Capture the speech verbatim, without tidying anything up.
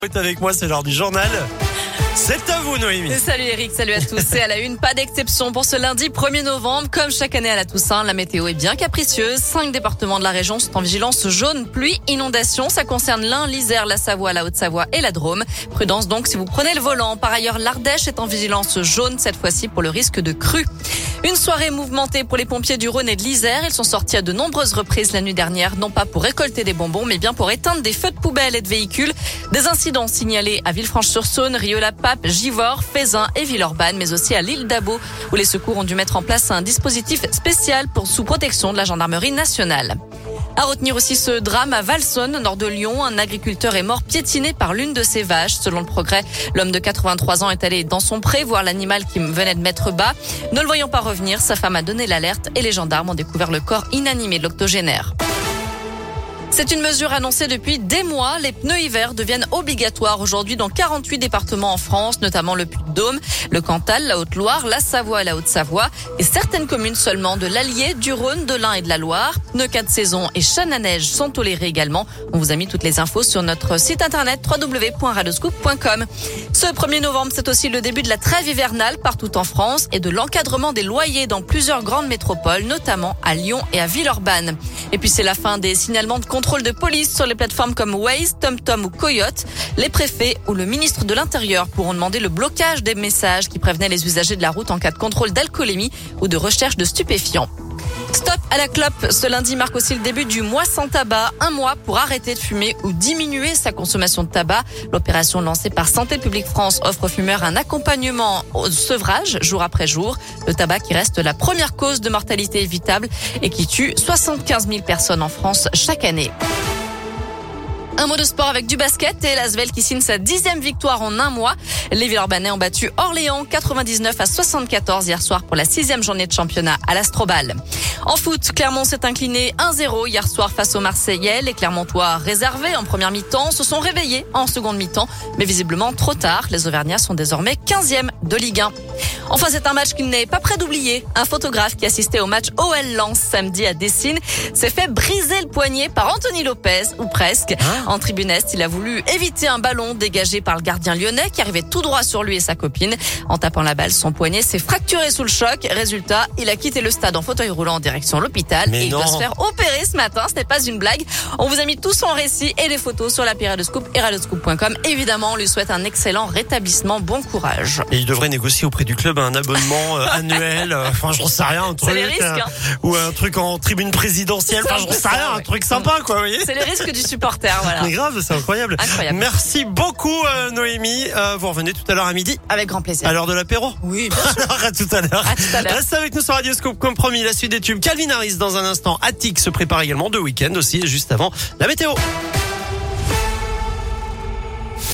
Est avec moi, c'est l'heure du journal. C'est à vous, Noémie. Salut Eric, salut à tous. C'est à la une, pas d'exception pour ce lundi premier novembre. Comme chaque année à la Toussaint, la météo est bien capricieuse. Cinq départements de la région sont en vigilance jaune, pluie, inondation. Ça concerne l'Ain, l'Isère, la Savoie, la Haute-Savoie et la Drôme. Prudence donc si vous prenez le volant. Par ailleurs, l'Ardèche est en vigilance jaune, cette fois-ci pour le risque de crue. Une soirée mouvementée pour les pompiers du Rhône et de l'Isère. Ils sont sortis à de nombreuses reprises la nuit dernière, non pas pour récolter des bonbons, mais bien pour éteindre des feux de poubelles et de véhicules. Des incidents signalés à Villefranche-sur-Saône, Rieux-la-Pape, Givors, Fézin et Villeurbanne, mais aussi à l'île d'Abo, où les secours ont dû mettre en place un dispositif spécial pour sous protection de la gendarmerie nationale. À retenir aussi ce drame à Valsonne, au nord de Lyon. Un agriculteur est mort piétiné par l'une de ses vaches. Selon le Progrès, l'homme de quatre-vingt-trois ans est allé dans son pré voir l'animal qui venait de mettre bas. Ne le voyant pas revenir, sa femme a donné l'alerte et les gendarmes ont découvert le corps inanimé de l'octogénaire. C'est une mesure annoncée depuis des mois. Les pneus hiver deviennent obligatoires aujourd'hui dans quarante-huit départements en France, notamment le Puy-de-Dôme, le Cantal, la Haute-Loire, la Savoie et la Haute-Savoie, et certaines communes seulement de l'Allier, du Rhône, de l'Ain et de la Loire. Pneus quatre saisons et chaînes à neige sont tolérés également. On vous a mis toutes les infos sur notre site internet w w w point radioscoop point com. Ce premier novembre, c'est aussi le début de la trêve hivernale partout en France et de l'encadrement des loyers dans plusieurs grandes métropoles, notamment à Lyon et à Villeurbanne. Et puis c'est la fin des signalements de contrôle de police sur les plateformes comme Waze, TomTom ou Coyote. Les préfets ou le ministre de l'Intérieur pourront demander le blocage des messages qui prévenaient les usagers de la route en cas de contrôle d'alcoolémie ou de recherche de stupéfiants. Stop à la clope. Ce lundi marque aussi le début du mois sans tabac. Un mois pour arrêter de fumer ou diminuer sa consommation de tabac. L'opération lancée par Santé publique France offre aux fumeurs un accompagnement au sevrage jour après jour. Le tabac qui reste la première cause de mortalité évitable et qui tue soixante-quinze mille personnes en France chaque année. Un mot de sport avec du basket et l'Asvel qui signe sa dixième victoire en un mois. Les Villeurbanais ont battu Orléans quatre-vingt-dix-neuf à soixante-quatorze hier soir pour la sixième journée de championnat à l'Astrobal. En foot, Clermont s'est incliné un zéro hier soir face aux Marseillais. Les Clermontois réservés en première mi-temps se sont réveillés en seconde mi-temps, mais visiblement trop tard. Les Auvergnats sont désormais quinzième de Ligue un. Enfin, c'est un match qu'il n'est pas prêt d'oublier. Un photographe qui assistait au match O L Lens samedi à Dessines s'est fait briser le poignet par Anthony Lopez, ou presque. Hein? En tribune est, il a voulu éviter un ballon dégagé par le gardien lyonnais qui arrivait tout droit sur lui et sa copine. En tapant la balle, son poignet s'est fracturé sous le choc. Résultat, il a quitté le stade en fauteuil roulant en direction l'hôpital. Mais et non. Il doit se faire opérer ce matin. Ce n'est pas une blague. On vous a mis tout son récit et les photos sur l'appli Radioscoop et radioscoop point com. Évidemment, on lui souhaite un excellent rétablissement. Bon courage. Et il devrait négocier auprès du club un abonnement euh, annuel, euh, enfin j'en sais rien, un truc, c'est les risques, hein. euh, ou un truc en tribune présidentielle, enfin j'en sais rien, ouais. Un truc sympa quoi, vous voyez. C'est les risques du supporter, voilà. Mais grave, c'est incroyable. Incroyable. Merci beaucoup euh, Noémie, euh, vous revenez tout à l'heure à midi. Avec grand plaisir. À l'heure de l'apéro. Oui, bien sûr. Alors à tout à l'heure. À tout à l'heure. Reste avec nous sur Radioscoop comme promis, la suite des tubes. Calvin Harris dans un instant. Attic se prépare également de week-end aussi, juste avant la météo.